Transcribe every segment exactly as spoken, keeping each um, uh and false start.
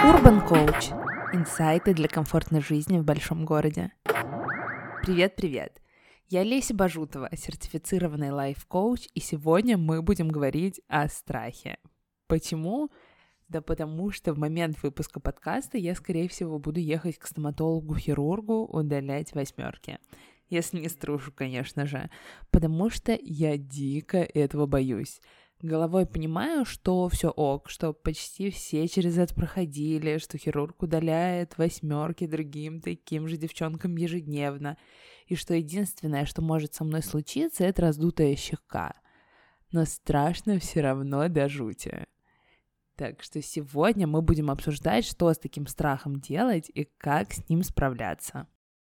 Urban Coach. Инсайты для комфортной жизни в большом городе. Привет-привет! Я Леся Бажутова, сертифицированный лайф-коуч, и сегодня мы будем говорить о страхе. Почему? Да потому что в момент выпуска подкаста я, скорее всего, буду ехать к стоматологу-хирургу удалять восьмерки. Если не струшу, конечно же, потому что я дико этого боюсь. Головой понимаю, что все ок, что почти все через это проходили, что хирург удаляет восьмерки другим таким же девчонкам ежедневно, и что единственное, что может со мной случиться, это раздутая щека. Но страшно все равно до жути. Так что сегодня мы будем обсуждать, что с таким страхом делать и как с ним справляться.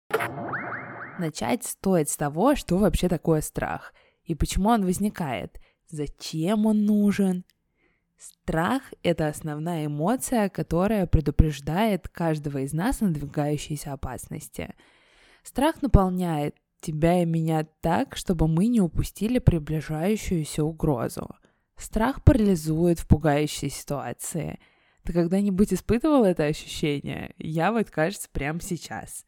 Начать стоит с того, что вообще такое страх и почему он возникает, зачем он нужен. Страх – это основная эмоция, которая предупреждает каждого из нас о надвигающейся опасности. Страх наполняет тебя и меня так, чтобы мы не упустили приближающуюся угрозу. Страх парализует в пугающей ситуации. Ты когда-нибудь испытывал это ощущение? Я вот, кажется, прямо сейчас.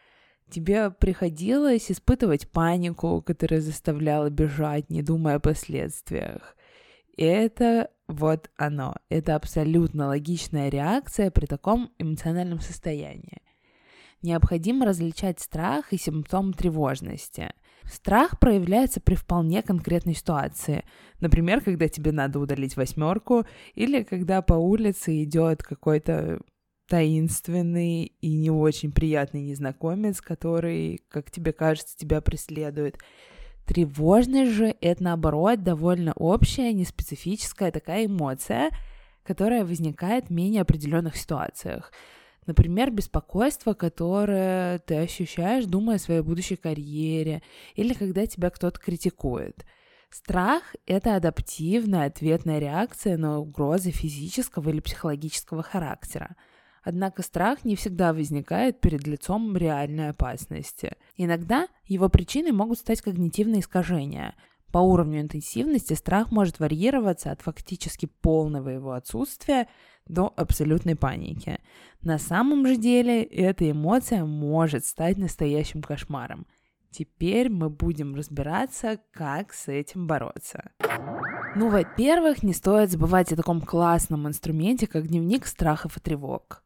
Тебе приходилось испытывать панику, которая заставляла бежать, не думая о последствиях. И это вот оно. Это абсолютно логичная реакция при таком эмоциональном состоянии. Необходимо различать страх и симптомы тревожности. Страх проявляется при вполне конкретной ситуации. Например, когда тебе надо удалить восьмерку, или когда по улице идет какой-то таинственный и не очень приятный незнакомец, который, как тебе кажется, тебя преследует. Тревожность же — это, наоборот, довольно общая, неспецифическая такая эмоция, которая возникает в менее определенных ситуациях. Например, беспокойство, которое ты ощущаешь, думая о своей будущей карьере, или когда тебя кто-то критикует. Страх — это адаптивная ответная реакция на угрозы физического или психологического характера. Однако страх не всегда возникает перед лицом реальной опасности. Иногда его причиной могут стать когнитивные искажения. По уровню интенсивности страх может варьироваться от фактически полного его отсутствия до абсолютной паники. На самом же деле эта эмоция может стать настоящим кошмаром. Теперь мы будем разбираться, как с этим бороться. Ну, во-первых, не стоит забывать о таком классном инструменте, как дневник страхов и тревог.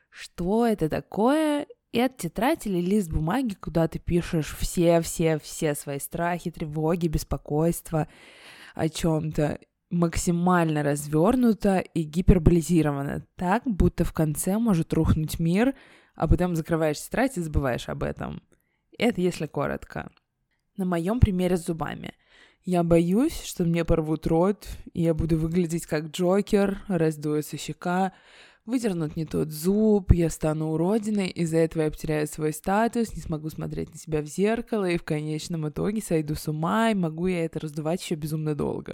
Что это такое? Это тетрадь или лист бумаги, куда ты пишешь все-все-все свои страхи, тревоги, беспокойства о чем-то максимально развернуто и гиперболизировано, так, будто в конце может рухнуть мир, а потом закрываешь тетрадь и забываешь об этом. Это если коротко. На моем примере с зубами. Я боюсь, что мне порвут рот, и я буду выглядеть как Джокер, раздуется щека, выдернут не тот зуб, я стану уродиной, из-за этого я потеряю свой статус, не смогу смотреть на себя в зеркало, и в конечном итоге сойду с ума, и могу я это раздувать еще безумно долго.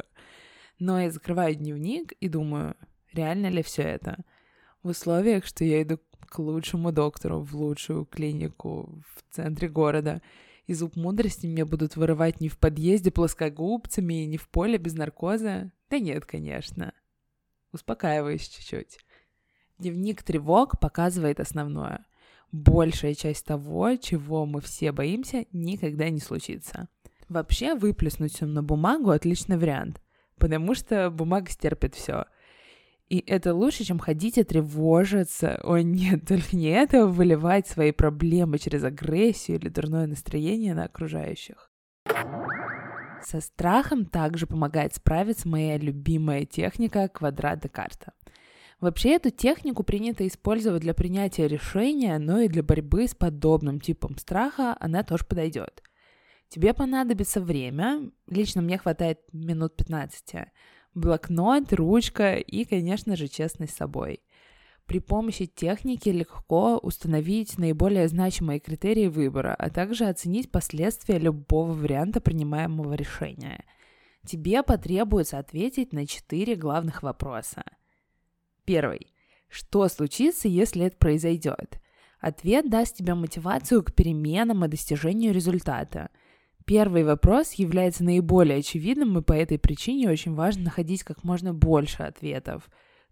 Но я закрываю дневник и думаю, реально ли все это? В условиях, что я иду к лучшему доктору, в лучшую клинику в центре города, и зуб мудрости мне будут вырывать не в подъезде плоскогубцами и не в поле без наркоза? Да нет, конечно. Успокаиваюсь чуть-чуть. Дневник тревог показывает основное. Большая часть того, чего мы все боимся, никогда не случится. Вообще, выплеснуть все на бумагу – отличный вариант, потому что бумага стерпит все. И это лучше, чем ходить и тревожиться. О нет, только не это, выливать свои проблемы через агрессию или дурное настроение на окружающих. Со страхом также помогает справиться моя любимая техника квадрат Декарта. Вообще эту технику принято использовать для принятия решения, но и для борьбы с подобным типом страха она тоже подойдет. Тебе понадобится время, лично мне хватает минут пятнадцать, блокнот, ручка и, конечно же, честность с собой. При помощи техники легко установить наиболее значимые критерии выбора, а также оценить последствия любого варианта принимаемого решения. Тебе потребуется ответить на четыре главных вопроса. Первый. Что случится, если это произойдет? Ответ даст тебе мотивацию к переменам и достижению результата. Первый вопрос является наиболее очевидным, и по этой причине очень важно находить как можно больше ответов.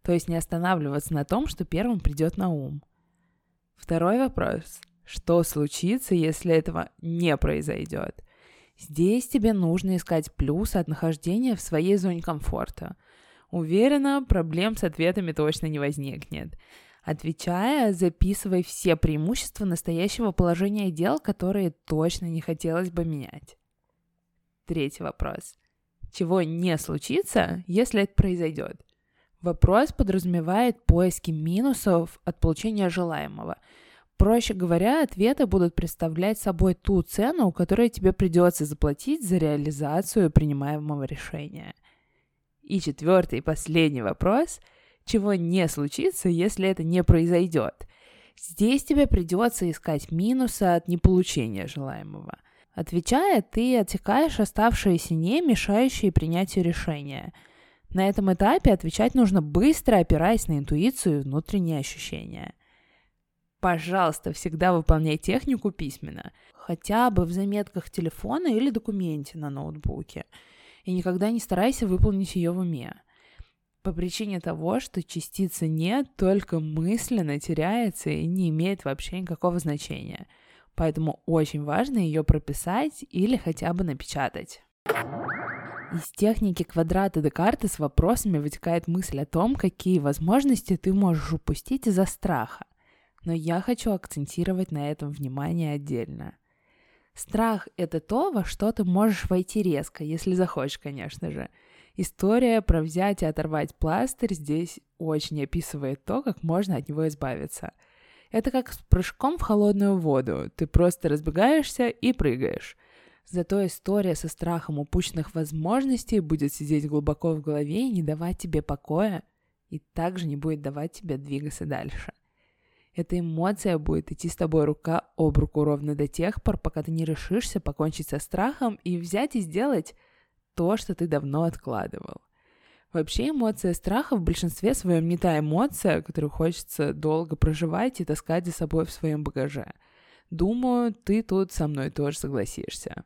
То есть не останавливаться на том, что первым придет на ум. Второй вопрос. Что случится, если этого не произойдет? Здесь тебе нужно искать плюсы от нахождения в своей зоне комфорта. Уверена, проблем с ответами точно не возникнет. Отвечая, записывай все преимущества настоящего положения дел, которые точно не хотелось бы менять. Третий вопрос. Чего не случится, если это произойдет? Вопрос подразумевает поиски минусов от получения желаемого. Проще говоря, ответы будут представлять собой ту цену, которую тебе придется заплатить за реализацию принимаемого решения. И четвертый и последний вопрос. Чего не случится, если это не произойдет? Здесь тебе придется искать минусы от неполучения желаемого. Отвечая, ты отсекаешь оставшиеся «не», мешающие принятию решения. На этом этапе отвечать нужно быстро, опираясь на интуицию и внутренние ощущения. Пожалуйста, всегда выполняй технику письменно, хотя бы в заметках телефона или документе на ноутбуке, и никогда не старайся выполнить ее в уме. По причине того, что частица «не» только мысленно теряется и не имеет вообще никакого значения. Поэтому очень важно ее прописать или хотя бы напечатать. Из техники квадрата Декарта с вопросами вытекает мысль о том, какие возможности ты можешь упустить из-за страха. Но я хочу акцентировать на этом внимание отдельно. Страх — это то, во что ты можешь войти резко, если захочешь, конечно же. История про взять и оторвать пластырь здесь очень описывает то, как можно от него избавиться. Это как с прыжком в холодную воду. Ты просто разбегаешься и прыгаешь. Зато история со страхом упущенных возможностей будет сидеть глубоко в голове и не давать тебе покоя, и также не будет давать тебе двигаться дальше. Эта эмоция будет идти с тобой рука об руку ровно до тех пор, пока ты не решишься покончить со страхом и взять и сделать то, что ты давно откладывал. Вообще эмоция страха в большинстве своем не та эмоция, которую хочется долго проживать и таскать за собой в своем багаже. Думаю, ты тут со мной тоже согласишься.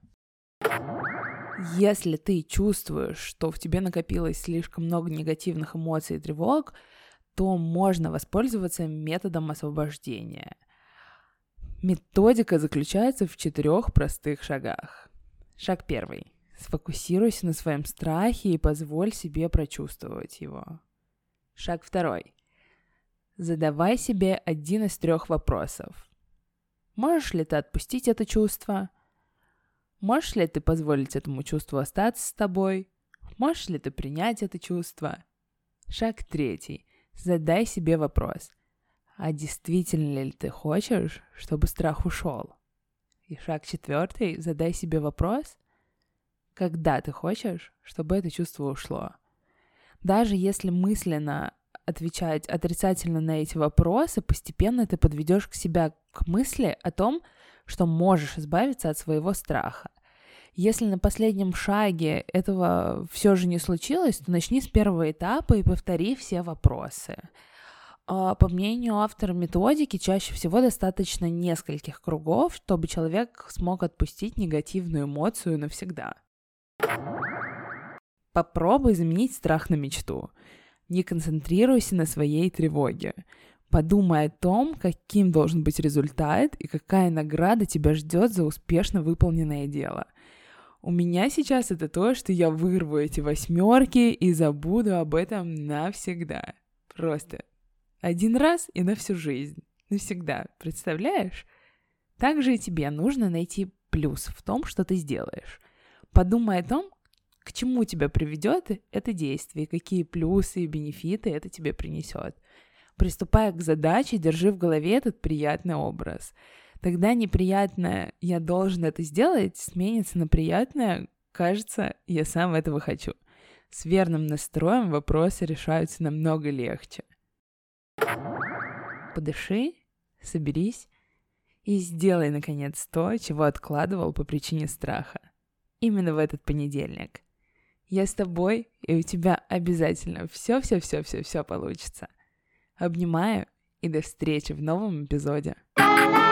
Если ты чувствуешь, что в тебе накопилось слишком много негативных эмоций и тревог, то можно воспользоваться методом освобождения. Методика заключается в четырех простых шагах. Шаг первый. Сфокусируйся на своем страхе и позволь себе прочувствовать его. Шаг второй. Задавай себе один из трех вопросов. Можешь ли ты отпустить это чувство? Можешь ли ты позволить этому чувству остаться с тобой? Можешь ли ты принять это чувство? Шаг третий. Задай себе вопрос. А действительно ли ты хочешь, чтобы страх ушел? И шаг четвертый. Задай себе вопрос. Когда ты хочешь, чтобы это чувство ушло? Даже если мысленно отвечать отрицательно на эти вопросы, постепенно ты подведешь к себя к мысли о том, что можешь избавиться от своего страха. Если на последнем шаге этого все же не случилось, то начни с первого этапа и повтори все вопросы. По мнению автора методики, чаще всего достаточно нескольких кругов, чтобы человек смог отпустить негативную эмоцию навсегда. Попробуй заменить страх на мечту. Не концентрируйся на своей тревоге. Подумай о том, каким должен быть результат и какая награда тебя ждет за успешно выполненное дело. У меня сейчас это то, что я вырву эти восьмерки и забуду об этом навсегда. Просто один раз и на всю жизнь. Навсегда. Представляешь? Также и тебе нужно найти плюс в том, что ты сделаешь. Подумай о том, к чему тебя приведет это действие, какие плюсы и бенефиты это тебе принесет. Приступая к задаче, держи в голове этот приятный образ. Тогда неприятное «я должен это сделать» сменится на приятное «кажется, я сам этого хочу». С верным настроем вопросы решаются намного легче. Подыши, соберись и сделай, наконец, то, чего откладывал по причине страха. Именно в этот понедельник. Я с тобой, и у тебя обязательно все-все-все-все-все получится. Обнимаю и до встречи в новом эпизоде.